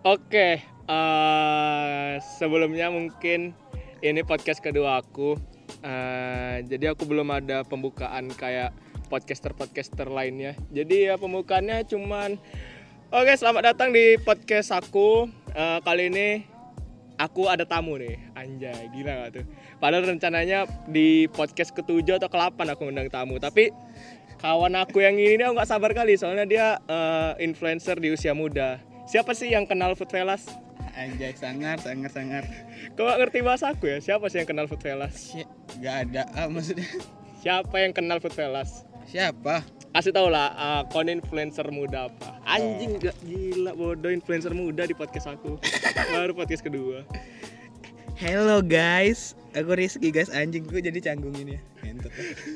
Oke, sebelumnya mungkin ini podcast kedua aku. Jadi aku belum ada pembukaan kayak podcaster lainnya. Jadi ya pembukaannya cuman oke, selamat datang di podcast aku. Kali ini aku ada tamu nih. Anjay, gila gak tuh? Padahal rencananya di podcast ke-7 atau ke-8 aku undang tamu. Tapi kawan aku yang ini aku gak sabar kali. Soalnya dia influencer di usia muda. Siapa sih yang kenal Foodfellas? Anjay, sangar. Kau gak ngerti bahasa aku ya? Siapa sih yang kenal Foodfellas? Gak ada, maksudnya Siapa yang kenal Foodfellas? siapa? Kasih tau lah, kon influencer muda apa? Anjing, gak gila bodoh influencer muda di podcast aku. Baru podcast kedua. Hello guys, aku Rizky guys, anjingku jadi canggung ini ya. Ngentot.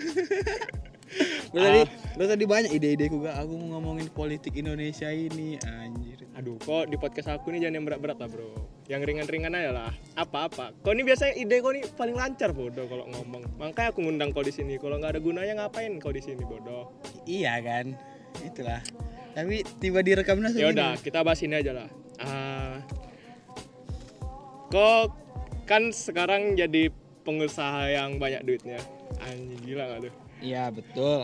Lu tadi banyak ide-ideku gak, aku mau ngomongin politik Indonesia ini, anjir. Aduh, kok di podcast aku nih jangan yang berat-berat lah bro. Yang ringan-ringan aja lah. Apa-apa. Kau ini biasanya ide kau nih paling lancar bodoh kalau ngomong. Makanya aku ngundang kau di sini. Kalau nggak ada gunanya ngapain kau di sini bodoh? Iya kan, itulah. Tapi tiba direkam langsung. Ya udah, kita bahas ini aja lah. Kok kan sekarang jadi pengusaha yang banyak duitnya. Anjing, gila nggak tuh? Iya betul.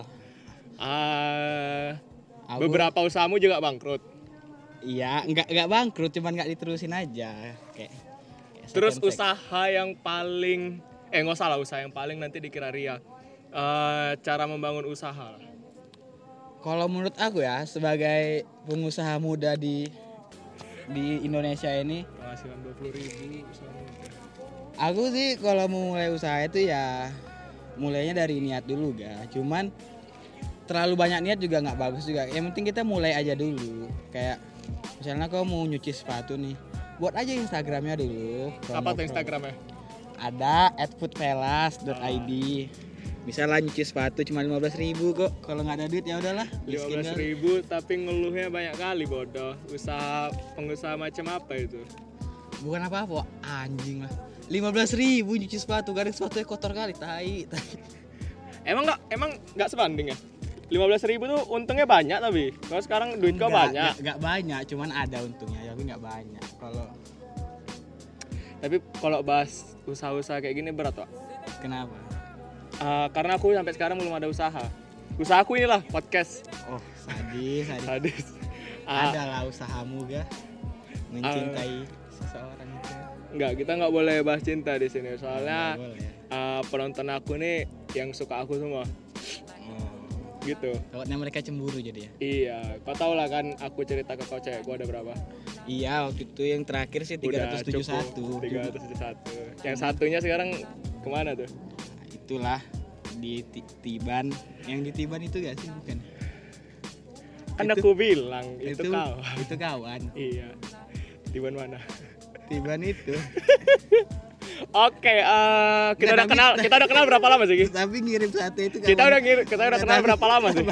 Beberapa usahamu juga bangkrut. Iya, enggak bangkrut, cuman enggak diterusin aja. Kayak Terus second usaha yang paling nggak salah, usaha yang paling nanti dikira ria. Cara membangun usaha. Kalau menurut aku ya, sebagai pengusaha muda di Indonesia ini, Penghasilan 20.000 usaha muda. aku sih kalau mau mulai usaha itu ya mulainya dari niat dulu ga. Cuman terlalu banyak niat juga nggak bagus juga. Yang penting kita mulai aja dulu. Kayak misalnya kau mau nyuci sepatu nih, buat aja Instagramnya dulu. Apa tuh Instagramnya? Ada @foodfellas.id. Misalnya nyuci sepatu cuma 15.000 kok. Kalau nggak ada duit ya udahlah. 15.000 tapi ngeluhnya banyak kali bodoh. Pengusaha macam apa itu? Bukan apa-apa, anjing lah. 15.000 nyuci sepatu, garis sepatunya kotor kali, tai. Emang nggak sebanding ya? 15.000 tuh untungnya banyak tapi. Kalau sekarang duit kau banyak. Enggak banyak, cuman ada untungnya, tapi nggak banyak. Tapi kalau bahas usaha-usaha kayak gini berat Pak. Kenapa? Karena aku sampai sekarang belum ada usaha. Usahaku inilah podcast. Oh, sadis. Sadis. Adalah usahamu ga mencintai seseorang itu. Enggak, kita nggak boleh bahas cinta di sini. Soalnya Nggak boleh. penonton aku nih yang suka aku semua. Oh. Gitu. Takutnya mereka cemburu jadi ya. Iya, kau tau lah kan aku cerita ke kau cewek gua ada berapa? Iya, waktu itu yang terakhir sih 371. 371. Yang satunya sekarang kemana tuh? Nah, itulah di Tiban. Yang di Tiban itu gak sih, bukan? Kan aku bilang itu kau. Itu kawan. Iya. Tiban mana? Tiban itu. Oke, kita udah kenal berapa lama sih? Tapi ngirim sate itu Kita udah kenal berapa lama sih?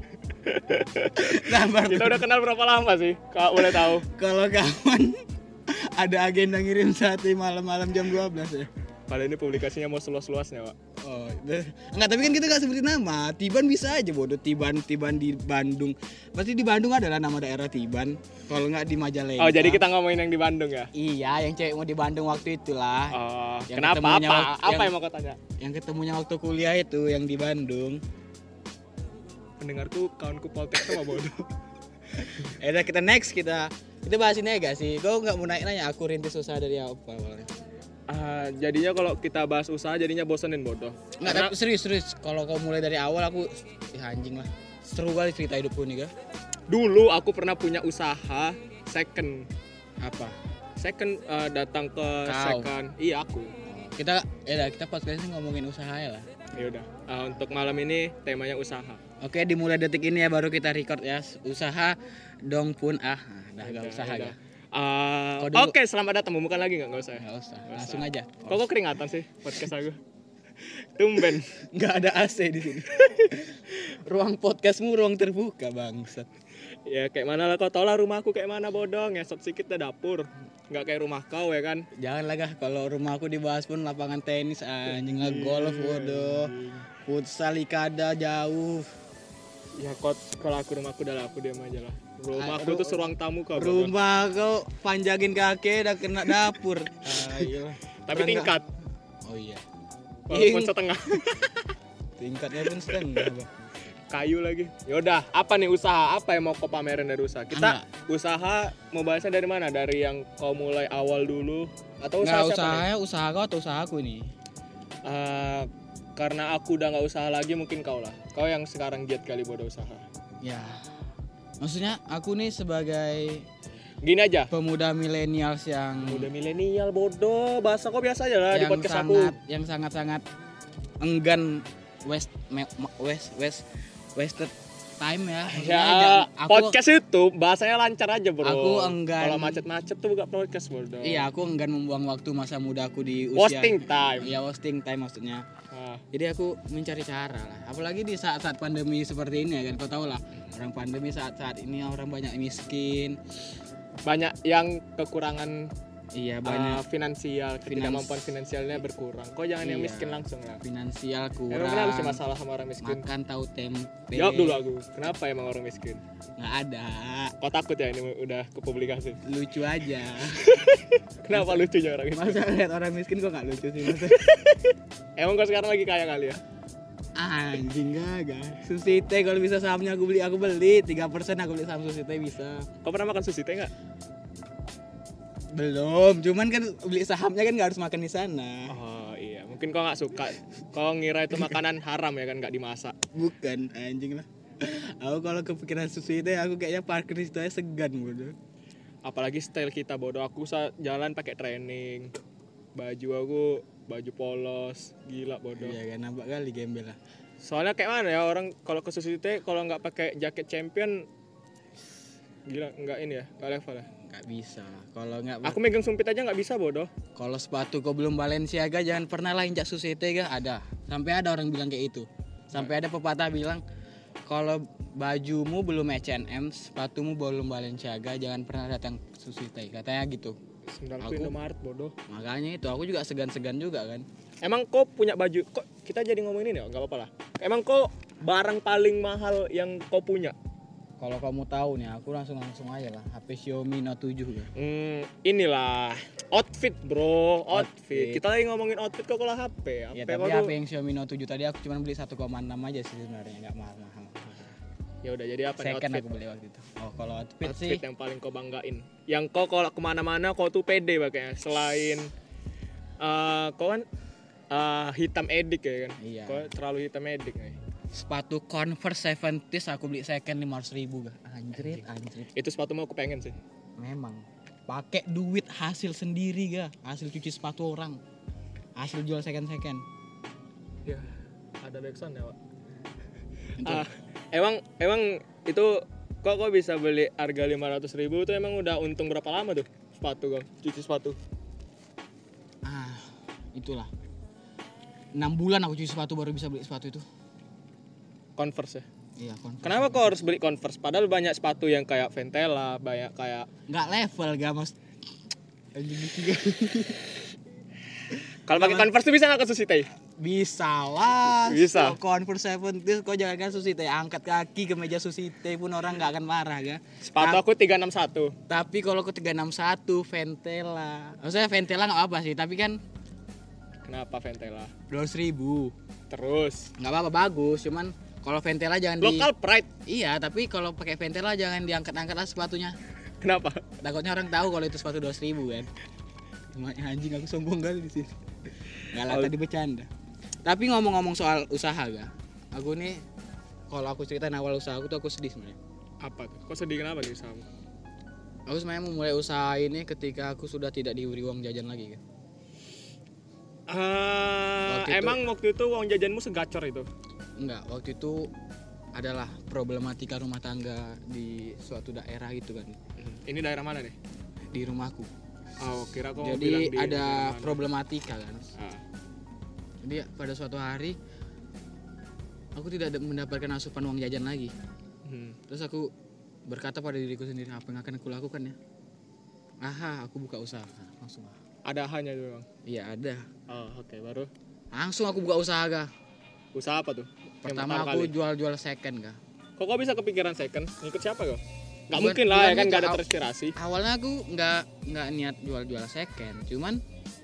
Sabar. Kita udah kenal berapa lama sih? Kau boleh tahu? Kalau kawan ada agenda ngirim sate malam-malam jam 12 ya. Padahal ini publikasinya mau seluas-luasnya, Pak. Oh, enggak, tapi kan kita enggak sebutin nama. Tiban bisa aja bodoh. Tiban di Bandung. Pasti di Bandung adalah nama daerah Tiban. Kalau enggak di Majalengka. Oh, jadi kita ngomongin yang di Bandung ya? Iya, yang cewek mau di Bandung waktu itulah. Oh, Yang kenapa? ketemunya Apa yang mau kau tanya? Yang ketemunya waktu kuliah itu yang di Bandung. Pendengarku kawanku Poltek sama bodoh. Udah kita next kita bahas ini ya gak sih? Kau enggak mau nanya aku rintis usaha dari apa awalnya? Jadinya kalau kita bahas usaha jadinya bosenin bodoh. Enggak, tapi serius. Kalau kau mulai dari awal aku anjing lah. Seru kali cerita hidupku nih, Kak. Dulu aku pernah punya usaha second. Apa? Second datang ke Kau? second. Iya, aku. Kita podcast ini ngomongin usaha ya lah. Ya udah. Untuk malam ini temanya usaha. Oke, dimulai detik ini ya baru kita record ya. Usaha dong pun enggak usaha Udah. ya. Dulu- Oke, selamat datang. Bukan lagi nggak usah. Enggak usah. Langsung aja. Kok keringatan sih podcast aku? Tumben. Enggak ada AC di sini. Ruang podcastmu ruang terbuka, bangsat. Ya kayak mana lah, kau tau lah rumahku kayak mana bodoh. Ngesot sedikit dah dapur. Nggak kayak rumah kau ya kan? Jangan lah kalau rumahku dibahas pun lapangan tenis anjing, golf bodoh. Futsal ikada jauh. Ya kalau aku rumahku udah lah, aku diam aja lah. Rumahku tuh ruang tamu kau. Bodoh. Rumah kau panjangin kaki udah kena dapur. Iyalah. Tapi tingkat. Oh iya. Walaupun setengah. Tingkatnya pun setengah. Bang. Kayu lagi. Yaudah, apa nih usaha? Apa yang mau kau pamerin dari usaha? Kita usaha mau bahasnya dari mana? Dari yang kau mulai awal dulu atau usaha siapa nih? Usaha kau atau usaha aku nih? Karena aku udah nggak usaha lagi, mungkin kau lah. Kau yang sekarang giat kali bodoh usaha. Ya. Maksudnya aku nih sebagai Gini aja. pemuda milenials yang Udah milenial bodoh, bahasa kok biasa aja lah di podcast aku. Yang sangat-sangat enggan wasted time ya. Ya, podcast itu bahasanya lancar aja bro. Aku enggan. Kalau macet-macet tuh buka podcast bodoh. Iya, aku enggan membuang waktu masa muda aku di usia. Wasting time. Iya, wasting time maksudnya. Jadi aku mencari cara lah. Apalagi di saat-saat pandemi seperti ini ya kan, kau tahu lah. Orang pandemi saat-saat ini orang banyak miskin. Banyak yang kekurangan banyak finansial, ketidakmampuan finansialnya berkurang. Kok jangan yang miskin langsung lah. Finansial kurang. Emang kenapa sih masalah sama orang miskin? Makan tahu tempe. Jawab dulu aku. Kenapa emang orang miskin? Nggak ada. Kok takut ya ini udah ke publikasi? Lucu aja. Kenapa lucunya orang miskin? Masa lihat orang miskin kok nggak lucu sih masa? Emang kau sekarang lagi kaya kali ya? Anjing gak. Susite kalau bisa sahamnya aku beli 3% aku beli saham Susite bisa. Kau pernah makan sushi teh nggak? Belum, cuman kan beli sahamnya kan nggak harus makan di sana. Oh iya, mungkin kau nggak suka. Kau ngira itu makanan haram ya kan, nggak dimasak. Bukan, anjing lah. Aku kalau kepikiran Susite aku kayaknya parkir di situ aja segan bodoh. Apalagi style kita bodoh. Aku jalan pakai training. Baju aku baju polos, gila bodoh. Iya kan, nampak kali gembel lah. Soalnya kayak mana ya orang kalau ke sushi teh kalau nggak pakai jaket champion, gila nggak ini ya, nggak level ya. Nggak bisa. Kalau nggak. Aku megang sumpit aja nggak bisa bodoh. Kalau sepatu kau belum Balenciaga jangan pernah lah injak Susite ga ada. Sampai ada orang bilang kayak itu. Sampai ada pepatah bilang kalau bajumu belum H&M, sepatumu belum Balenciaga jangan pernah datang Susite. Katanya gitu. Sendalku Indomaret bodoh. Makanya itu aku juga segan-segan juga kan. Emang kau punya baju? Kok kita jadi ngomongin ini ya? Nggak apa-apa lah. Emang kau barang paling mahal yang kau punya? Kalau kamu tahu nih, aku langsung aja lah. HP Xiaomi Note 7 kan. Inilah outfit bro, outfit. Kita lagi ngomongin outfit kok kalau HP. Ya tapi HP yang Xiaomi Note 7 tadi aku cuma beli 1,6 aja sih sebenarnya, nggak mahal-mahal. Ya udah, jadi apa nih Second outfit? aku beli waktu itu. Oh kalau outfit sih. Outfit yang paling kau banggain. Yang kau kalau kemana-mana kau tuh pede pakainya. Selain kau kan hitam edik ya kan. Iya. Kau terlalu hitam edik nih. Sepatu Converse 70s aku beli second 500.000 ga. Anjrit. Itu sepatu mau aku pengen sih. Memang. Pakai duit hasil sendiri ga. Hasil cuci sepatu orang. Hasil jual second. Ya, ada backsound ya, Pak. Emang itu kok bisa beli harga 500.000 itu emang udah untung berapa lama tuh sepatu kok cuci sepatu? Itulah 6 bulan aku cuci sepatu baru bisa beli sepatu itu. Converse ya? Iya Converse. Kenapa kok harus beli Converse? Padahal banyak sepatu yang kayak Ventela, banyak kayak nggak level ga mas. Kalau pakai Converse tuh bisa nggak ke Sushi Tei? Bisa lah. Bisa. Converse 70 kok jangan kan Susite, angkat kaki ke meja Susite pun orang nggak akan marah ga. Sepatu aku 361. Tapi kalau ke 361 Ventela. Maksudnya Ventela nggak apa sih, tapi kan Kenapa Ventela? 200.000. Terus Nggak apa-apa bagus, cuman kalau Ventela jangan local pride. Iya, tapi kalau pakai Ventela jangan diangkat-angkat lah sepatunya. Kenapa? Takutnya orang tahu kalau itu sepatu 200.000 kan. Cuma anjing aku sombong kali di sini. Enggak lah, tadi bercanda. Tapi ngomong-ngomong soal usaha ga. Aku nih kalau aku ceritain awal usaha aku tuh aku sedih sebenarnya. Apa tuh? Kok sedih kenapa nih usahamu? Aku sebenarnya memulai usaha ini ketika aku sudah tidak diberi uang jajan lagi kan. Waktu itu uang jajanmu segacor itu? Enggak, waktu itu adalah problematika rumah tangga di suatu daerah gitu kan. Ini daerah mana nih? Di rumahku. Oh, kira kok Jadi ada problematika kan. Jadi pada suatu hari aku tidak mendapatkan asupan uang jajan lagi. Terus aku berkata pada diriku sendiri, apa yang akan aku lakukan ya? Aku buka usaha langsung. Ada hanya itu bang? Iya ada. Oh oke, baru? Langsung aku buka usaha ga. Usaha apa tuh? Pertama aku jual second ga. Kok bisa kepikiran second? Ngikut siapa kok? Nggak mungkin lah ya kan, nggak ada terinspirasi. Awalnya aku nggak niat jual second, cuman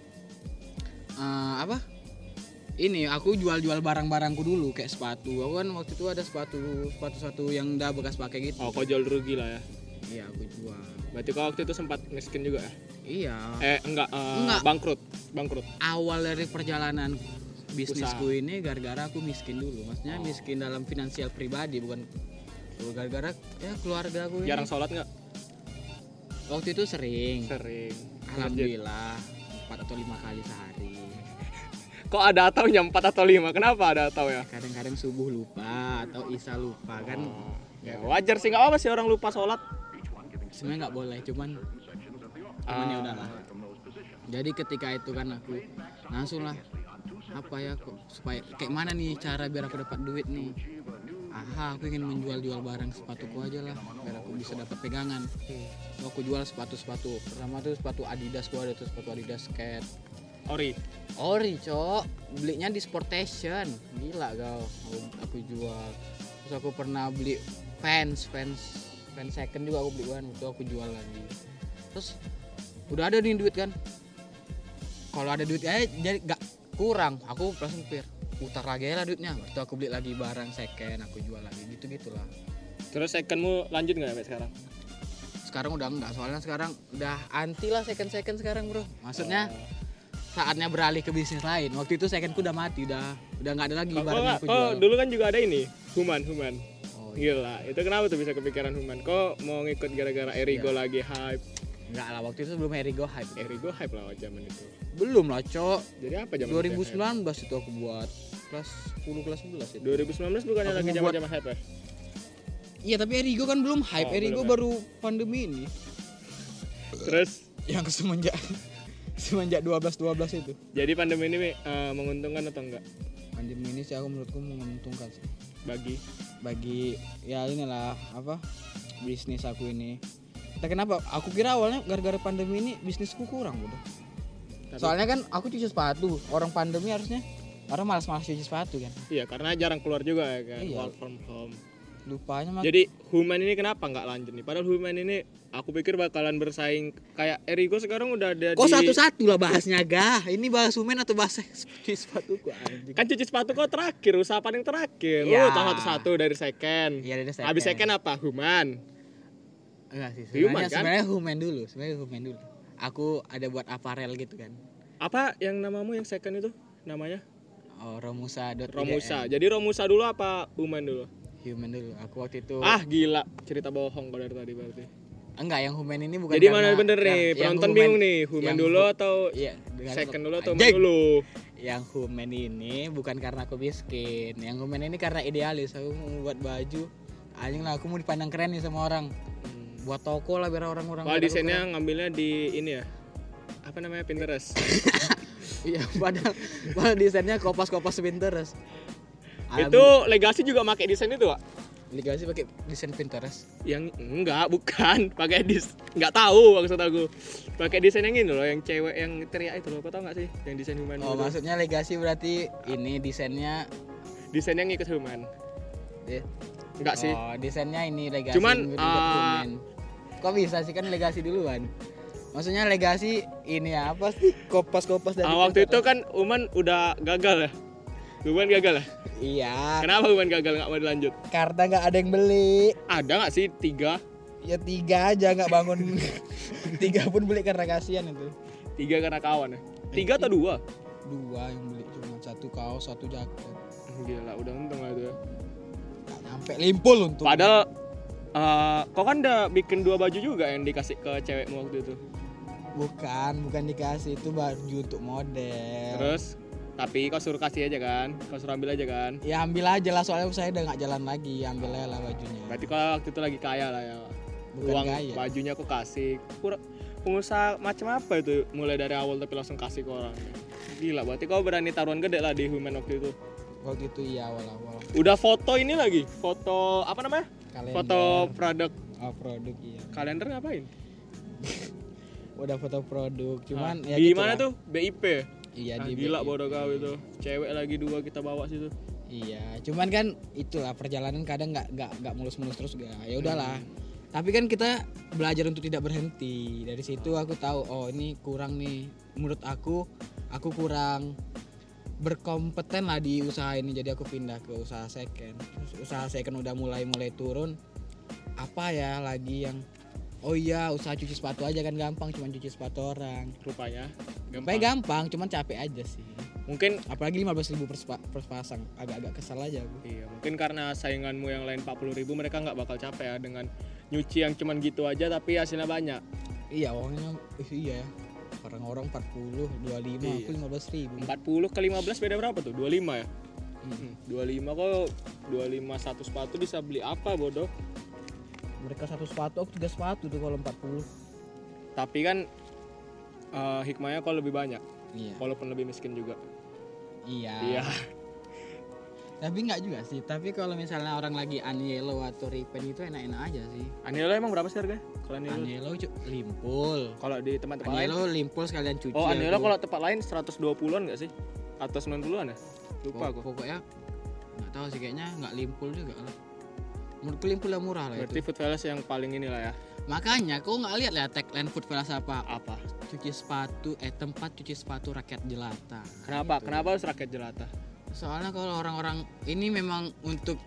ini aku jual barang-barangku dulu kayak sepatu. Aku kan waktu itu ada sepatu yang udah bekas pakai gitu. Oh, kau jual rugi lah ya. Iya, aku jual. Berarti kau waktu itu sempat miskin juga ya? Iya. Enggak. Bangkrut. Awal dari perjalanan bisnisku ini gara-gara aku miskin dulu. Maksudnya miskin dalam finansial pribadi, bukan gara-gara ya keluarga aku ini. Jarang sholat nggak? Waktu itu sering. Alhamdulillah 4 atau 5 kali sehari. Kok ada atau 4 atau 5? Kenapa ada atau ya? Kadang-kadang subuh lupa atau isya lupa kan. Ya wajar sih, nggak apa sih orang lupa sholat. Sebenarnya nggak boleh, cuman ya udahlah. Jadi ketika itu kan aku langsung lah supaya kayak mana nih cara biar aku dapat duit nih. Aku ingin menjual barang sepatuku aja lah biar aku bisa dapat pegangan. Aku jual sepatu. Pertama tuh sepatu Adidas, gua ada tuh sepatu Adidas skate. Ori cok, belinya di Sportation, gila kau. Aku jual. Terus aku pernah beli fans second juga aku beli kan, itu aku jual lagi. Terus udah ada nih duit kan. Kalau ada duit jadi gak kurang, aku langsung putar lagi lah duitnya. Waktu aku beli lagi barang second, aku jual lagi gitu-gitulah. Terus secondmu lanjut nggak sampai sekarang? Sekarang udah enggak, soalnya sekarang udah anti lah second sekarang bro. Maksudnya saatnya beralih ke bisnis lain. Waktu itu secondku udah mati, udah nggak ada lagi barang yang aku jual. Dulu kan juga ada ini, Human. Gila, itu kenapa tuh bisa kepikiran Human? Kok mau ngikut gara-gara Erigo lagi hype? Enggak lah, waktu itu sebelum Erigo hype. Erigo hype lah zaman itu. Belum lah, Cok. Jadi apa zaman 2019 itu aku buat kelas 10 kelas 11 itu. 2019 bukannya lagi zaman-zaman hype ya? Iya, tapi Erigo kan belum hype. Erigo baru pandemi ini. Terus yang semenjak 12 itu. Jadi pandemi ini menguntungkan atau enggak? Pandemi ini sih aku menurutku menguntungkan sih. Bagi ya inilah bisnis aku ini. Entah kenapa aku kira awalnya gara-gara pandemi ini bisnisku kurang udah. Soalnya kan aku cuci sepatu, orang pandemi harusnya orang malas-malas cuci sepatu kan. Iya, karena jarang keluar juga ya kan, iya. Work from home. Lupanya Jadi Human ini kenapa nggak lanjut nih? Padahal Human ini aku pikir bakalan bersaing kayak Erigo sekarang udah ada kok satu-satu lah bahasnya gah. Ini bahas Human atau bahas cuci sepatuku anjing. Kan cuci sepatu kok terakhir, usaha paling terakhir. Ya. Lu tahu satu-satu dari second. Iya, dari second. Habis second apa? Human. Enggak sih. Human, Sebenarnya Human dulu. Aku ada buat aparel gitu kan. Apa yang namamu yang second itu namanya? Oh, Romusa. Jadi Romusa dulu apa Human dulu? Human dulu. Aku waktu itu Gila, cerita bohong kau dari tadi berarti. Enggak, yang Human ini bukan. Jadi mana bener nih? Penonton bingung nih, Human dulu atau second dulu atau Human dulu? Yang Human ini bukan karena aku miskin. Yang Human ini karena idealis. Aku mau buat baju. Anjing lah, aku mau dipandang keren nih sama orang. Buat toko lah biar orang-orang. Kalau desainnya ngambilnya di ini ya? Apa namanya, Pinterest? Iya, padahal desainnya kopas-kopas Pinterest. Itu Legacy juga pakai desain itu, Pak? Legacy pakai desain Pinterest? Yang bukan, pakai enggak tahu maksud aku. Pakai desain yang ini loh, yang cewek yang teriak itu loh. Kau tahu enggak sih yang desain Human? Oh, maksudnya Legacy berarti ini desainnya ngikut Human. Enggak sih. Oh, desainnya ini Legacy. Cuman kok bisa sih, kan Legacy duluan. Maksudnya Legacy ini apa sih? Kopas-kopas dari waktu itu kan Human udah gagal ya. Human gagal ya? Iya. Kenapa Human gagal, nggak mau dilanjut? Karena nggak ada yang beli. Ada nggak sih 3? Ya 3 aja, nggak bangun. 3 pun beli karena kasihan itu. 3 karena kawan ya? 3 atau 2? 2 yang beli, cuma 1 kaos 1 jaket. Gila, udah untung lah itu ya. Nggak nyampe limpul untung. Padahal kau kan udah bikin 2 baju juga yang dikasih ke cewekmu waktu itu. Bukan dikasih, itu baju untuk model. Terus tapi kau suruh kasih aja kan? Kau suruh ambil aja kan? Ya ambil aja lah, soalnya saya udah nggak jalan lagi, ambil aja lah bajunya. Berarti kau waktu itu lagi kaya lah ya. Bukan uang kaya. Bajunya aku kasih. Pengusaha macam apa itu? Mulai dari awal tapi langsung kasih ke orang. Gila, berarti kau berani taruhan gede lah di Human waktu itu. Waktu itu iya, awal-awal. Udah foto ini lagi, foto apa namanya? Kalender. Foto produk. Oh, produk iya. Kalender ngapain? Udah foto produk, cuman ya di gitu mana lah. tuh? BIP. Iya, di gila BIP. bodoh kau itu. Cewek lagi 2 kita bawa situ. Iya, cuman kan itulah perjalanan kadang nggak mulus-mulus terus gak. Ya udahlah. Tapi kan kita belajar untuk tidak berhenti. Dari situ aku tahu, oh ini kurang nih. Menurut aku kurang berkompeten lah di usaha ini. Jadi aku pindah ke usaha second. Terus usaha second udah mulai turun. Apa ya lagi yang oh iya, usaha cuci sepatu aja kan gampang, cuman cuci sepatu orang. Rupanya gampang, cuman capek aja sih. Mungkin Apalagi 15.000 per pasang, agak-agak kesal aja aku. iya, mungkin karena sainganmu yang lain 40.000 mereka nggak bakal capek ya dengan nyuci yang cuman gitu aja tapi hasilnya banyak. Iya, uangnya iya. Orang-orang 40, 25, Iya. aku 15.000. 40 ke 15 beda berapa tuh? 25 ya? 25 kok 25 satu sepatu bisa beli apa bodoh? Mereka satu sepatu, aku 3 sepatu tuh kalau 40. Tapi kan hikmahnya kau lebih banyak Iya. walaupun lebih miskin juga. Iya. Iya. Tapi enggak juga sih. Tapi kalau misalnya orang lagi Anielo atau Ripen itu enak-enak aja sih. Anielo emang berapa sih harganya? Kalau Anielo? Anielo limpul. Kalau di tempat-tempat lain? Anielo limpul sekalian cuci. Oh, Anielo aku. kalau tempat lain 120-an enggak sih? Atau 90-an ya? Lupa aku. Pokoknya enggak tahu sih, kayaknya enggak limpul juga lah. Menurutku limpul yang murah lah Berarti itu. Food Palace yang paling inilah ya. Makanya kau enggak lihat lah tagline Food Palace apa? Apa? Cuci sepatu tempat cuci sepatu rakyat jelata. Kenapa? Gitu. Kenapa harus rakyat jelata? Soalnya kalau orang-orang ini memang untuk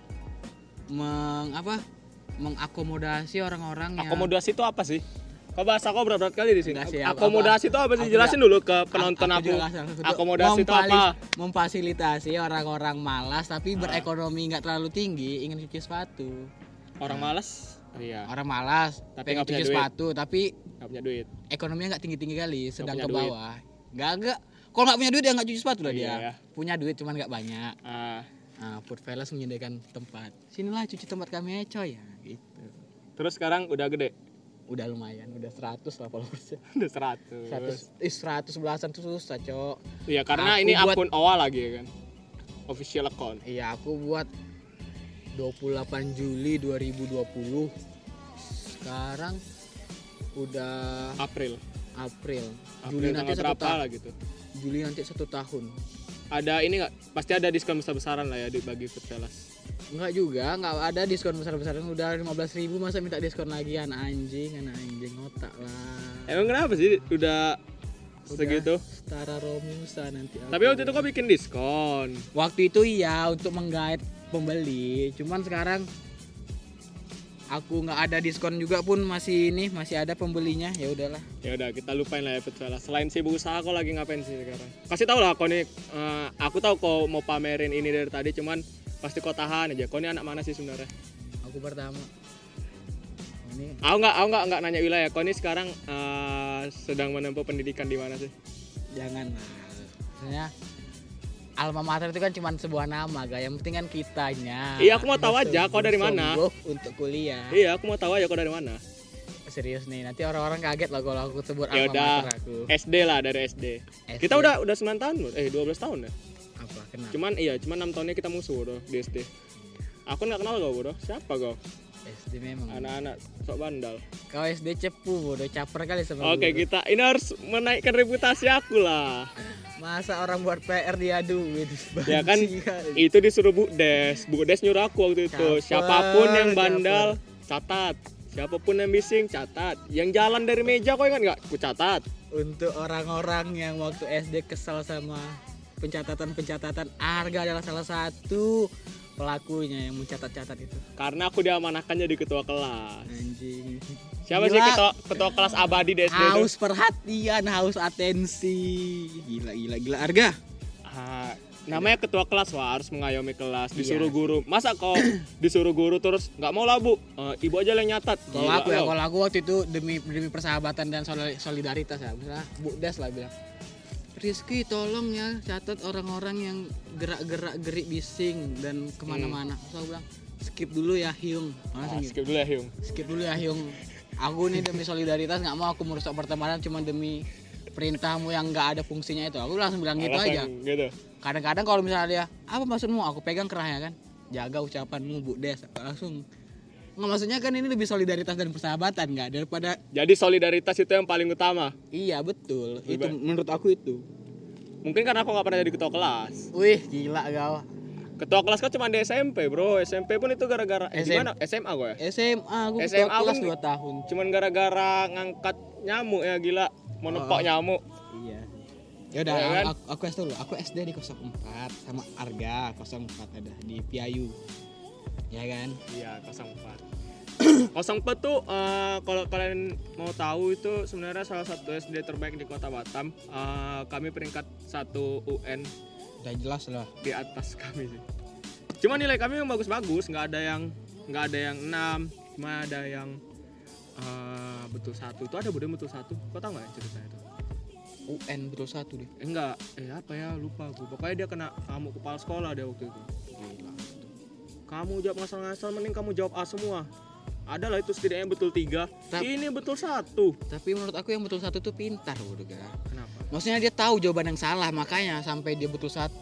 mengakomodasi orang-orang yang Akomodasi itu apa sih? Kau bahasa kau berat kali di sini. Enggak sih, Akomodasi itu apa sih? aku Jelasin dulu ke penonton aku. jelasin. Akomodasi itu apa? Memfasilitasi orang-orang malas tapi berekonomi nggak terlalu tinggi ingin cuci sepatu. Orang malas? Iya. Orang malas Tapi pengen nggak punya cuci duit. sepatu tapi Nggak punya duit. ekonominya nggak tinggi-tinggi kali, sedang punya ke duit. bawah. Nggak. Kalau nggak punya duit ya nggak cuci sepatu lah Iya, dia. ya. Punya duit cuman nggak banyak. Ah, Nah, Food Palace menyediakan tempat. Sinilah cuci tempat kami coy ya gitu. terus sekarang udah gede. Udah lumayan, udah 180%. Udah 100. 100 belasan tuh susah, Cok. Iya, karena Aku ini buat- akun awal lagi ya kan. Official account. Iya, aku buat 28 Juli 2020. Sekarang udah April. April. April tanggal berapa lah gitu. Juli nanti 1 tahun. Ada ini nggak? Pasti ada diskon besar-besaran lah ya bagi Food Palace. Enggak juga, enggak ada diskon besar-besaran. Udah 15.000 masa minta diskon lagi, anak anjing otak lah. Emang kenapa sih udah segitu? Setara Romusa nanti. Tapi waktu itu kok bikin diskon. Waktu itu iya untuk menggait pembeli, cuman sekarang aku nggak ada diskon juga pun masih ada pembelinya, ya udahlah. Ya udah kita lupain lah ya Food Palace. Selain sibuk usaha kok lagi ngapain sih sekarang? Kasih tau lah kau nih. Aku tahu kau mau pamerin ini dari tadi, cuman pasti kau tahan aja. Kau ini anak mana sih sebenarnya? Aku pertama ini Aku nggak nanya wilayah. Kau ini sekarang sedang menempuh pendidikan di mana sih? jangan lah. Maksudnya alma mater itu kan cuma sebuah nama, gak. Yang penting kan kitanya. Iya, aku mau tahu aja kau dari mana. Sungguh untuk kuliah. Iya, aku mau tahu aja kau dari mana. Serius nih, nanti orang-orang kaget loh kalau aku sebut Ya alma udah, mater aku. SD lah, dari SD. SD. Kita udah 9 tahun, 12 tahun ya. Apa? Kenapa? Cuman 6 tahunnya kita musuh bro di SD. Aku nggak kenal kau bro. Siapa kau? SD memang. Anak-anak sok bandal. Kau SD cepu, bodoh, caper kali sama Oke, guru. kita ini harus menaikkan reputasi aku lah. Masa orang buat PR diaduin? Ya kan, Banci kali. itu disuruh Bu Des nyuruh aku waktu itu. Caper, Siapapun yang bandal catat, siapapun yang bising catat, yang jalan dari meja kau ingat nggak? Ku catat. Untuk orang-orang yang waktu SD kesal sama pencatatan harga adalah salah satu pelakunya yang mencatat-catat itu. Karena aku diamanahkan jadi ketua kelas. Anjing. Siapa Gila. sih ketua kelas abadi di SD itu? Haus perhatian, haus atensi. Gila harga. Namanya ketua kelas, wah harus mengayomi kelas. Disuruh Iya. guru, masa kau disuruh guru terus nggak mau lah bu, ibu aja yang nyatat. Kalau aku waktu itu demi persahabatan dan solidaritas ya, misalnya Bu Des lah bilang, Rizky tolong ya catat orang-orang yang gerak-gerik bising dan kemana-mana. Terus aku bilang skip dulu ya Hyung. Langsung gitu. Skip dulu ya Hyung. Skip dulu ya Hyung. Aku nih demi solidaritas nggak mau aku merusak pertemanan cuma demi perintahmu yang nggak ada fungsinya itu. Aku langsung bilang gitu aja. Gitu. Kadang-kadang kalau misalnya dia apa maksudmu, aku pegang kerahnya kan, jaga ucapanmu Bu Des. Langsung nggak, maksudnya kan ini lebih solidaritas dan persahabatan nggak daripada. Jadi solidaritas itu yang paling utama. Iya betul, itu menurut aku itu. Mungkin karena aku nggak pernah jadi ketua kelas. Wih gila kau. Ketua kelas kan cuma di SMP, Bro. SMP pun itu gara-gara gimana? SMA gue ya? SMA aku SMA ketua kelas pun 2 tahun. Cuman gara-gara ngangkat nyamuk ya, gila. Mau nepok nyamuk. Iya. Ya udah, Ya kan? aku SD dulu. Aku SD di 04 sama Arga 04 ada di Piayu. Ya kan? Iya, 04. 04 tuh kalau kalian mau tahu itu sebenarnya salah satu SD terbaik di Kota Batam. Kami peringkat 1 UN. Udah jelas lah. Di atas kami sih. Cuma nilai kami yang bagus-bagus, nggak ada yang 6, cuma ada yang betul 1. Itu ada betul 1. Kau tahu nggak ceritanya itu? UN betul 1 deh. Enggak, apa ya, lupa aku. Pokoknya dia kena ngamuk kepala sekolah dia waktu itu. Gila. Kamu jawab ngasal-ngasal, mending kamu jawab A semua. Ada lah itu setidaknya betul 3. Ini betul 1. Tapi menurut aku yang betul 1 tuh pintar udah. Kenapa? Maksudnya dia tahu jawaban yang salah, makanya sampai dia betul 1.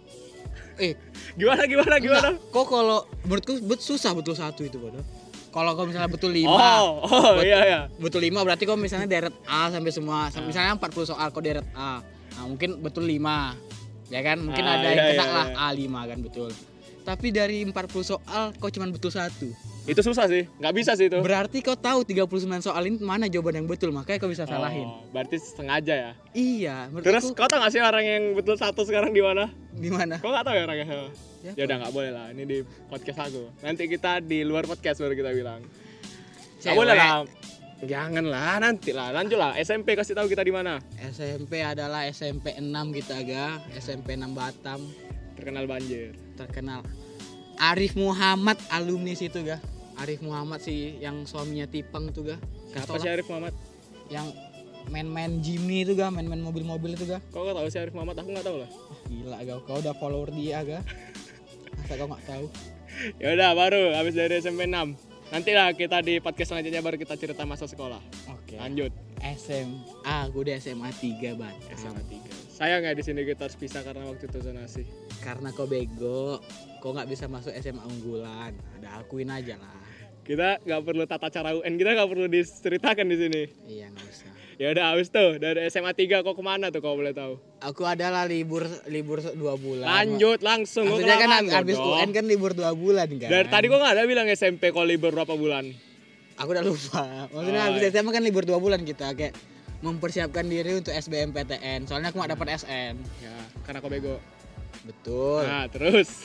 Gimana? Enggak, kok kalau menurutku susah betul 1 itu bodoh. Kalau misalnya betul 5. Iya. Betul 5 berarti kau misalnya deret A sampai semua. Misalnya 40 soal kau deret A. Nah, mungkin betul 5. Ya kan? Mungkin ada yang kena lah A5 kan, betul. Tapi dari 40 soal kau cuma betul 1. Itu susah sih, nggak bisa sih itu. Berarti kau tahu 39 soal ini mana jawaban yang betul, makanya kau bisa salahin. Berarti sengaja ya. Iya, Terus kau tahu nggak sih orang yang betul 1 sekarang di mana? Di mana? Kau nggak tahu ya orangnya? Ya udah nggak boleh lah, ini di podcast aku. Nanti kita di luar podcast baru kita bilang. Nggak boleh lah. Jangan lah, nanti lah. Lanjut lah. SMP kasih tahu kita di mana. SMP adalah SMP 6 kita SMP 6 Batam. Terkenal banjir. Terkenal. Arif Muhammad alumni situ Arif Muhammad sih yang suaminya Tipeng tuh Siapa sih Arif Muhammad? Yang main Jimny itu main mobil-mobil itu Kau nggak tahu sih Arif Muhammad? Aku nggak tahu lah. Gila kau udah follower dia masa kau nggak tahu? Ya udah baru habis dari SMP 6. Nanti lah kita di podcast selanjutnya baru kita cerita masa sekolah. Oke. Lanjut. SMA, aku udah SMA 3 Batam. SMA 3. Sayang ya di sini kita harus pisah karena waktu itu zonasi. Karena kau bego, kau nggak bisa masuk SMA unggulan. Ada akuin aja lah. Kita nggak perlu tata cara UN, kita nggak perlu diceritakan di sini. Iya nggak usah. Ya udah habis tuh dari SMA 3 kok kemana tuh kalau boleh tahu? Aku adalah libur 2 bulan. Lanjut langsung. Maksudnya kan habis UN kan libur 2 bulan kan. Dari tadi kok nggak ada bilang SMP kok libur berapa bulan? Aku udah lupa. Maksudnya habis SMA kan libur 2 bulan kita kayak mempersiapkan diri untuk SBMPTN. Soalnya aku nggak dapat SN. Ya karena kok bego. Betul. Nah terus.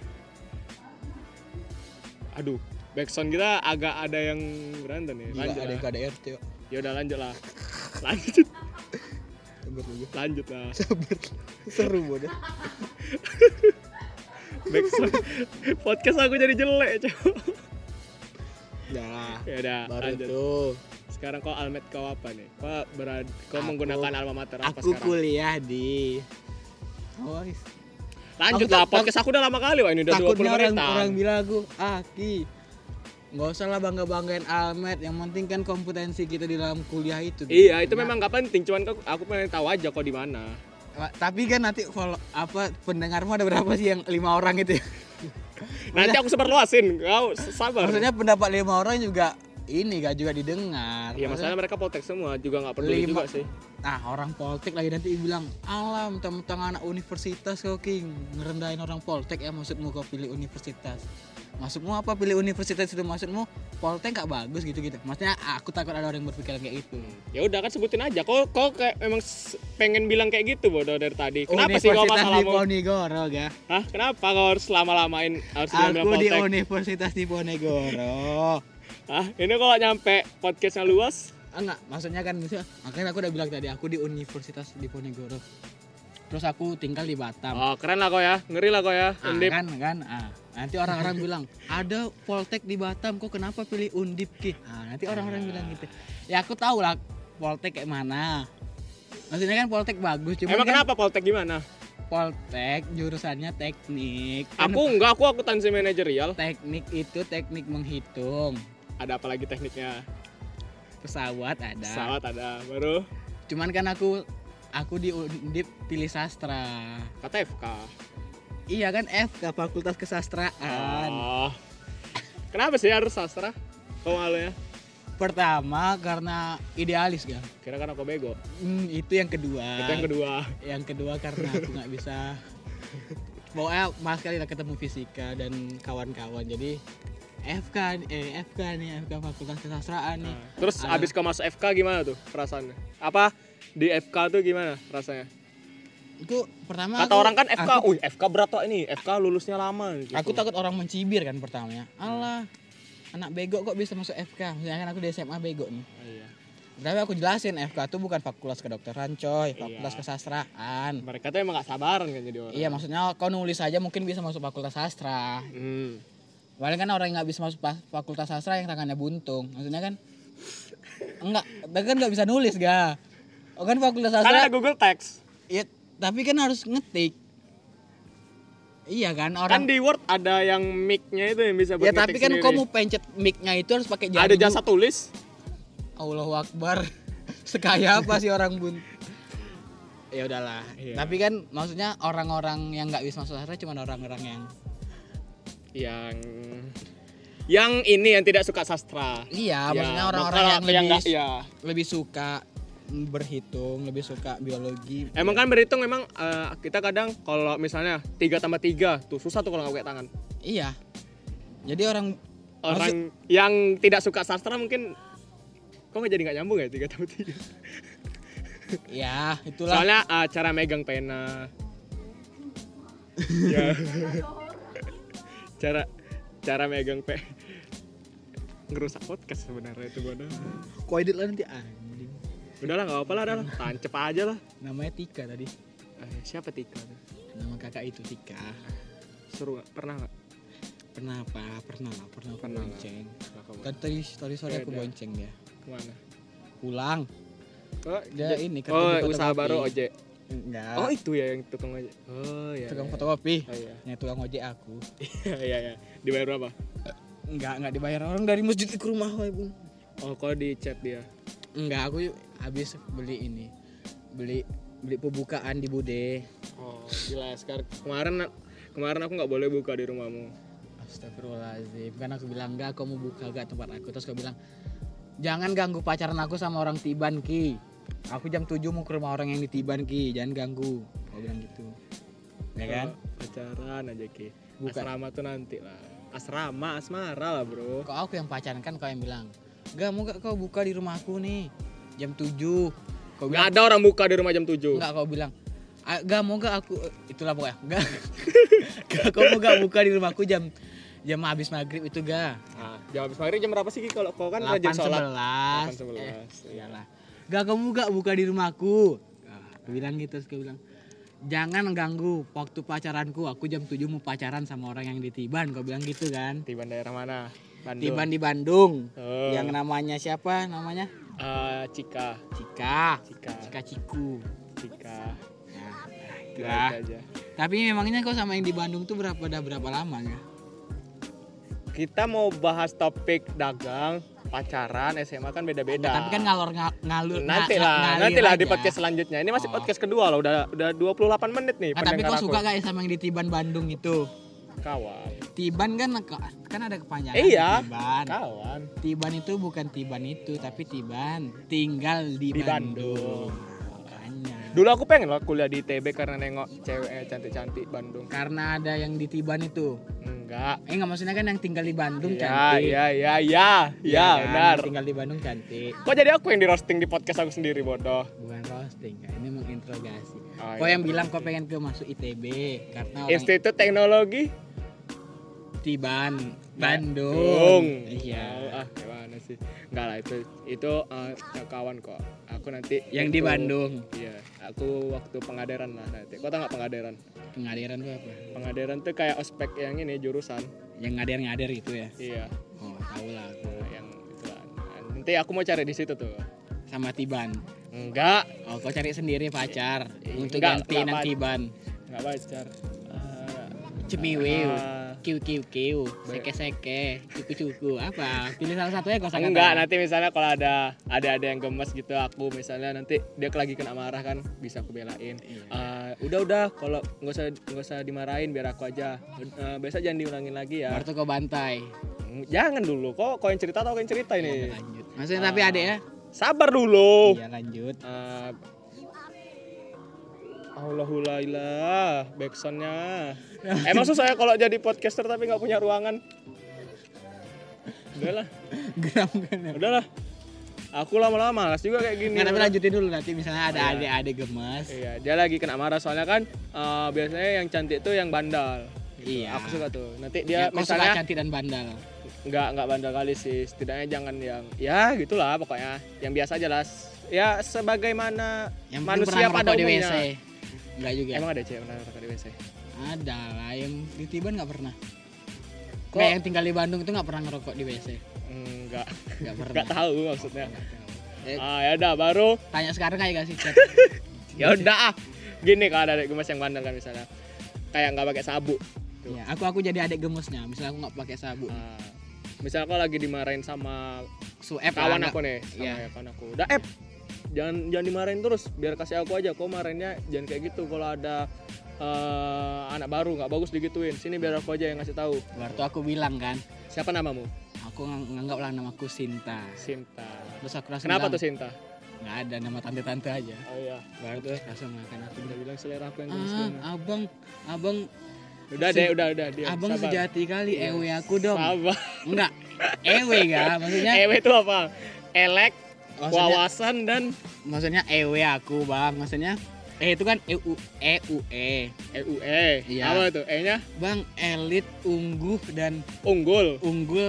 Aduh, backsound kita agak ada yang berantem nih. Lanjut ada yang KDRT yuk. Ya udah lanjut lah. Lanjut. Sabar dulu. Lanjut lah. Sabar. Seru bodoh. Backsound podcast aku jadi jelek, Cok. Udah. Ya udah, Baru lanjut. tuh. Sekarang kau almet kau apa nih? Kau menggunakan alma mater apa aku sekarang? kuliah di Lanjut lah, podcast aku udah lama kali wah ini udah 20 menit. Orang bilang aku, Ki, nggak usah lah banggain Almet, yang penting kan kompetensi kita di dalam kuliah itu. Iya, itu memang nggak penting, cuman aku pengen tahu aja kok di mana. Tapi kan nanti pendengarmu ada berapa sih yang 5 orang itu ya? Nanti aku sebarluasin, kau sabar. Maksudnya pendapat 5 orang juga ini gak juga didengar. Iya, masalahnya mereka poltek semua, juga nggak peduli juga sih. Nah, orang poltek lagi nanti bilang, alam tentang anak universitas kau King, ngerendahin orang poltek ya, maksudmu kau pilih universitas. Maksudmu apa pilih universitas itu? Maksudmu poltek gak bagus gitu-gitu. Maksudnya aku takut ada orang yang berpikiran kayak gitu. Ya udah kan sebutin aja. Kok kayak memang pengen bilang kayak gitu bodoh dari tadi. Kenapa sih kau masalahmu? Diponegoro ga? Hah? Kenapa kau harus lama-lamain harus bilang poltek? Aku di poltek? Universitas Diponegoro. Hah? Ini kalau nyampe podcastnya luas? Enggak, maksudnya kan makanya aku udah bilang tadi aku di Universitas Diponegoro. Terus aku tinggal di Batam. Oh, keren lah kau ya. Ngeri lah kau ya. Undip. Kan. Nanti orang-orang bilang, "Ada Poltek di Batam, kok kenapa pilih Undip, Ki?" Nanti orang-orang bilang gitu. Ya aku tahu lah Poltek kayak mana. Maksudnya kan Poltek bagus, cuma Emang kan kenapa Poltek gimana? Poltek jurusannya teknik. Aku enggak, aku akuntansi manajerial. Teknik itu teknik menghitung. Ada apa lagi tekniknya? Pesawat ada. Pesawat ada, baru. Cuman kan aku di Undip pilih sastra. Kata FK. Iya kan FK Fakultas Kesastraan. Oh. Kenapa sih harus sastra? Kau malunya? Pertama karena idealis kan. Kira kan aku bego. Itu yang kedua. Itu yang kedua. Yang kedua karena aku nggak bisa pokoknya mas kali lah ketemu fisika dan kawan-kawan. Jadi FK nih Fakultas Kesastraan nih. Terus abis kau masuk FK gimana tuh perasaannya? Apa di FK tuh gimana rasanya? Itu pertama Kata orang kan FK, FK berat kok ini, FK lulusnya lama gitu. Aku takut orang mencibir kan pertamanya. Alah, anak bego kok bisa masuk FK? Misalnya kan aku di SMA bego nih. Iya. Tapi aku jelasin FK itu bukan fakultas kedokteran coy, fakultas kesastraan. Mereka tuh emang gak sabaran kan jadi orang. Iya, maksudnya kau nulis aja mungkin bisa masuk fakultas sastra. Paling kan orang yang nggak bisa masuk fakultas sastra yang tangannya buntung. Maksudnya kan enggak, kan nggak bisa nulis ga. Oh kan fakultas Kan sastra. ada Google Text. Iya, tapi kan harus ngetik. Iya kan orang. Kan di Word ada yang mic-nya itu yang bisa buat Ya tapi kan sendiri. kau mau pencet mic-nya itu harus pakai jari. Ada jasa tulis. Allahu Akbar. Sekaya apa sih orang buntung? Ya udahlah. Iya. Tapi kan maksudnya orang-orang yang nggak bisa masuk sastra cuma orang-orang yang ini yang tidak suka sastra. Iya, maksudnya orang-orang yang lebih suka berhitung, lebih suka biologi. Emang kan berhitung memang kita kadang kalau misalnya 3 tambah 3 tuh susah tuh kalau nggak pakai tangan. Iya. Jadi orang yang tidak suka sastra mungkin kok nggak jadi nggak nyambung ya 3 tambah 3. Ya, itulah. Soalnya cara megang pena. Ya. cara megang ngerusak podcast sebenarnya itu bodoh. Kok edit lah nanti anjing. Udahlah nggak apa-apa lah, dah tancep aja lah. Namanya Tika tadi. Siapa Tika? Nama kakak itu Tika. Seru nggak? Pernah nggak? Pernah apa? Pernah bonceng. Kan Tadi sore aku bonceng dia. Kemana? Pulang. Oh, Dia ini kerja di usaha fotokopi. baru ojek. Enggak. Oh itu ya yang tukang ojek. Oh iya. Tukang iya. fotokopi. Oh, iya. Yang tukang ojek aku. Iya. Dibayar berapa? Enggak dibayar orang dari masjid ke rumah, woy, Bun. Oh, kok di chat dia? Enggak, aku habis beli ini. Beli pembukaan di Bude. Oh, gila sekarang. Kemarin aku nggak boleh buka di rumahmu. Astagfirullahaladzim. Kan aku bilang enggak, kamu buka gak tempat aku. Terus kau bilang, jangan ganggu pacaran aku sama orang Tiban, Ki. Aku jam 7 mau ke rumah orang yang di Tiban, Ki. Jangan ganggu. Kau bilang gitu. Ya kan? Pacaran aja, Ki. Bukan. Asrama tuh nanti lah. Asmara lah, bro. Kok aku yang pacaran kan kau yang bilang, enggak mau gak kau buka di rumahku nih jam 7. Kau Nggak bilang, ada orang buka di rumah jam 7. enggak, kau bilang, enggak mau gak aku, itulah pokoknya, enggak. Kau mau gak buka di rumahku jam habis maghrib itu ga? Nah, jam habis maghrib jam berapa sih, Ki? Kalau kau kan rajin sholat. 8.11. Iyalah. Enggak, kamu gak buka di rumahku. Aku bilang gitu, terus kau bilang, jangan ganggu waktu pacaranku. Aku jam 7 mau pacaran sama orang yang di Tiban. Kau bilang gitu kan? Tiban daerah mana? Bandung. Tiban di Bandung. Oh. Yang namanya siapa namanya? Cika. Ciku. Cika. Nah, Itu itulah. aja. Tapi memangnya kau sama yang di Bandung tuh berapa lama ya? Kita mau bahas topik dagang, pacaran, SMA kan beda-beda. Tapi kan ngalur Nanti lah ngalir di aja. podcast selanjutnya. Ini masih podcast kedua loh, udah 28 menit nih. Nah, tapi pendengar kau suka aku. gak ya sama yang di Tiban Bandung itu? Kawan. Tiban kan ada kepanjangan. Iya. Tiban. Kawan. Tiban itu bukan Tiban itu, tapi Tiban tinggal di Bandung. Makanya. Dulu aku pengen loh kuliah di ITB karena nengok cewek cantik-cantik Bandung. Karena ada yang di Tiban itu. Enggak. Enggak, maksudnya kan yang tinggal di Bandung Iya, cantik. iya, Iya kan? benar. Yang tinggal di Bandung cantik. Kok jadi aku yang di roasting di podcast aku sendiri, bodoh? Bukan roasting kan, ini menginterogasi. Oh, Kau iya. yang bilang kau pengen ke masuk ITB karena orang Institut Teknologi Tiban Bandung. Bandung. Iya. Gimana sih? Enggak lah, itu kawan kok. Aku nanti Yang di Bandung. Iya, aku waktu pengaderan lah nanti. Kau tahu nggak pengaderan? Pengadilan tuh apa? Pengaderan tuh kayak ospek yang ini jurusan. Yang ngader-ngader gitu ya. Iya. Oh, tahu lah aku. Yang itu lah. Nanti aku mau cari di situ tuh. Sama Tiban. Enggak, Oh, kau cari sendiri pacar untuk Enggak, ganti nang enggak, Tiban. enggak pacar. Cemiwiu, Ah. kiu, seke, cuku, apa? Pilih salah satunya kau sangat. Enggak, nanti misalnya kalau ada yang gemes gitu, aku misalnya nanti dia lagi kena marah kan, bisa aku belain. Udah kalau nggak usah dimarahin, biar aku aja. Besok jangan diulangin lagi ya. Baru tuh kau bantai. Jangan dulu, kok yang cerita atau yang cerita ini. Lanjut. Maksudnya tapi adek ya? Sabar dulu. Iya, lanjut. Allahulailah, backsoundnya. Emang susah ya kalau jadi podcaster tapi nggak punya ruangan? Udahlah, Geram kan ya. udahlah. Aku lama-lama malas juga kayak gini. Nggak, tapi lanjutin dulu nanti misalnya ada Iya. adik-adik gemes. Iya, dia lagi kena marah soalnya kan biasanya yang cantik tuh yang bandal. Gitu. Iya. Aku suka tuh. Nanti Ya, dia kau suka misalnya cantik dan bandal. nggak bandal kali sih. Setidaknya jangan yang ya gitulah pokoknya. Yang biasa aja lah. Ya sebagaimana Yang penting manusia pernah pada ngerokok di umumnya. WC. Enggak juga. Emang ada cewek pernah ngerokok di WC? Ada lah yang di Tiban nggak pernah. Kok? Kayak yang tinggal di Bandung itu nggak pernah ngerokok di WC. Enggak. Nggak pernah. Enggak tahu maksudnya. Nggak tahu. Eh, Ya udah baru. tanya sekarang kayak gak sih chat? Ya udah. Gini kalau ada adik gemes yang bandel kan misalnya. Kayak nggak pakai sabuk. Tuh. Ya, aku jadi adik gemesnya. Misalnya aku nggak pakai sabuk. Misalnya aku lagi dimarahin sama Suep kawan lah, aku nih, sama Iya. ya, kawan aku. Udah jangan dimarahin terus, biar kasih aku aja. Kok marahinnya jangan kayak gitu. Kalau ada anak baru nggak bagus digituin. Sini biar aku aja yang ngasih tahu. Waktu aku bilang kan, Siapa namamu? aku nganggap lah namaku Sinta. Sinta. Terus aku langsung Kenapa tuh bilang, Sinta? nggak ada nama tante-tante aja. Oh iya. Baru tuh langsung makan aku Udah bilang, bilang selera aku yang gemes banget. abang Udah deh, udah dia. abang sabar. sejati kali ewe aku dong. Sabar. Enggak, ewe ga maksudnya. EW itu apa? Elek, Maksudnya- wawasan dan Maksudnya ewe aku bang, maksudnya itu kan EUE. EUE. Iya. Apa itu? E-nya Bang elit unggul dan unggul.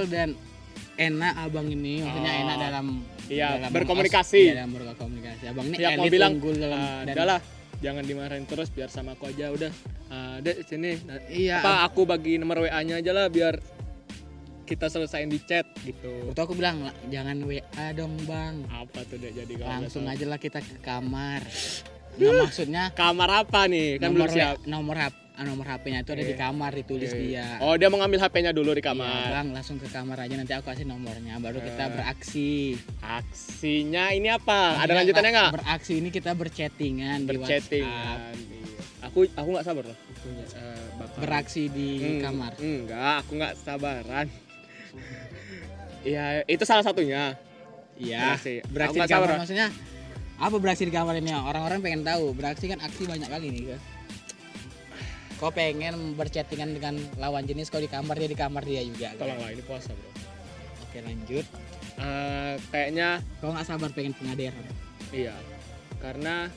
enak abang ini, maksudnya Oh. enak dalam Iya, dalam berkomunikasi. Iya, dalam berkomunikasi. Abang ini Ya elit mau bilang, unggul dalam dan udahlah, jangan dimarahin terus, biar sama aku aja udah. Dek sini. iya. Aku bagi nomor WA-nya aja lah biar kita selesaiin di chat gitu. Waktu aku bilang jangan WA dong bang, Apa tuh Dek jadi kalau langsung nggak aja lah kita ke kamar. Nah, maksudnya salah. Kamar apa nih? Kan belum siap. nomor HP-nya itu ada di kamar ditulis dia. Oh, dia mau ngambil HP-nya dulu di Iya, kamar. bang langsung ke kamar aja nanti aku kasih nomornya baru kita beraksi. Aksinya ini apa? Ada Maksudnya lanjutannya nggak? Beraksi ini kita berchattingan di WhatsApp. Berchattingan. Iya. Aku nggak sabar loh. Punya bakal. Beraksi di kamar. Enggak, aku nggak sabaran. Iya, itu salah satunya. Iya. Beraksi. Aku Beraksi nggak di kamar sabar. maksudnya apa beraksi di kamar ini? Orang-orang pengen tahu. Beraksi kan aksi banyak kali nih. Kau pengen berchattingan dengan lawan jenis kau di kamar dia juga. Kan? Tolonglah, ini puasa bro. Oke lanjut. Kayaknya Kau nggak sabar pengen pengaderan. iya, karena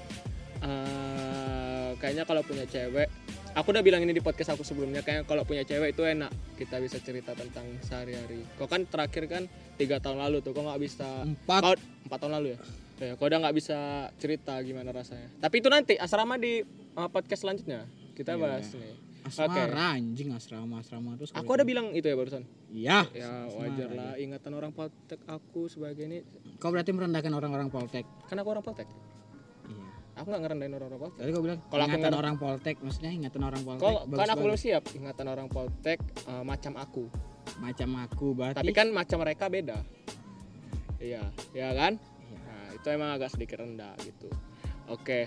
kayaknya kalau punya cewek, aku udah bilang ini di podcast aku sebelumnya, kayaknya kalau punya cewek itu enak, kita bisa cerita tentang sehari-hari. Kau kan terakhir kan 3 tahun lalu tuh, kau nggak bisa. 4. 4 tahun lalu ya. Ya, kau udah nggak bisa cerita gimana rasanya. Tapi itu nanti asrama di podcast selanjutnya kita Iya. bahas nih. Asmara anjing asrama terus. Aku ada bilang itu ya barusan. Iya. Ya wajar lah, ingatan orang Poltek aku sebagai ini. Kau berarti merendahkan orang-orang Poltek. Kan aku orang Poltek. Iya. Aku nggak ngerendahin orang-orang Poltek. Tadi kau bilang Kalau aku ingatan nggak- orang Poltek, maksudnya ingatan orang Poltek. Kok kan aku belum bagus. siap ingatan orang Poltek macam aku. Macam aku berarti. Tapi kan macam mereka beda. Iya, ya kan? Iya. Nah, itu emang agak sedikit rendah gitu. Oke,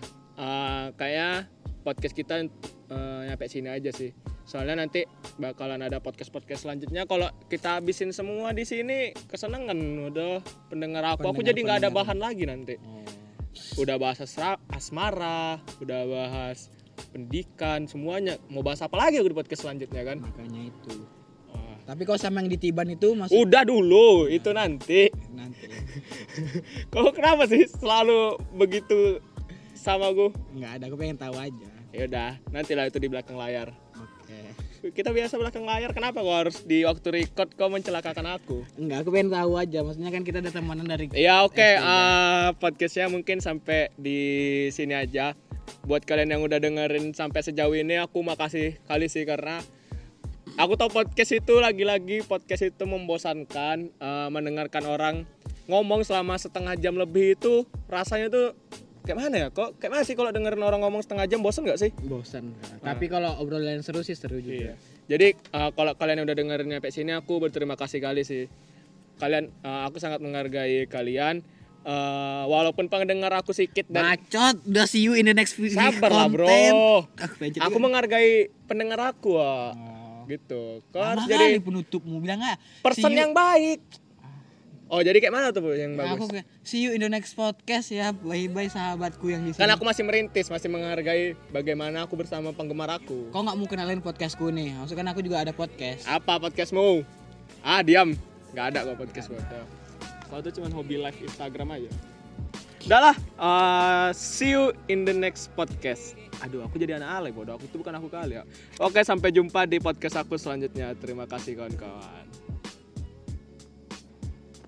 kayak podcast kita nyampe sini aja sih. Soalnya nanti bakalan ada podcast selanjutnya. Kalau kita habisin semua di sini, kesenangan udah pendengar aku. Aku jadi nggak ada bahan lagi nanti. Oh. Udah bahas asmara, udah bahas pendidikan, semuanya. Mau bahas apa lagi aku di podcast selanjutnya kan? Makanya itu. Wah. Tapi kau sama yang di Tiban itu masih Udah dulu, itu nanti. nanti. Kau kenapa sih selalu begitu sama gue? Nggak ada, aku pengen tahu aja. Ya udah, nantilah itu di belakang layar. Oke. Kita biasa belakang layar, kenapa kau harus di waktu record kau mencelakakan aku? Enggak, aku pengen tahu aja. Maksudnya kan kita ada temanan dari Ya oke, SD, podcastnya mungkin sampai di sini aja. Buat kalian yang udah dengerin sampai sejauh ini, aku makasih kali sih karena aku tahu podcast itu lagi-lagi podcast itu membosankan. Mendengarkan orang ngomong selama setengah jam lebih itu rasanya tuh kayak mana ya? Kok kayak mana sih kalau dengerin orang ngomong setengah jam, bosan nggak sih? bosan. Tapi kalau obrolan seru sih seru juga. Iya. Jadi kalau kalian yang udah dengerin sampai sini, aku berterima kasih kali sih. Kalian, aku sangat menghargai kalian. Walaupun pendengar aku sedikit dan Bacot, udah see you in the next video. sabar lah bro. Aku mau menghargai pendengar aku, gitu. Kau harus jadi penutupmu bilang nggak? person See you- yang baik. Oh, jadi kayak mana tuh Bu yang Nah, aku bagus? kayak see you in the next podcast ya. Bye bye sahabatku yang di sini. Kan aku masih merintis, masih menghargai bagaimana aku bersama penggemar aku. Kau nggak mau kenalin podcastku nih? Maksudnya kan aku juga ada podcast. Apa podcastmu? Ah, diam. Nggak ada kok podcast foto. Kau tuh cuma hobi live Instagram aja. Udah lah, see you in the next podcast. Aduh, aku jadi anak alay bodoh. Aku tuh bukan aku kali ya. Oke, sampai jumpa di podcast aku selanjutnya. Terima kasih kawan-kawan.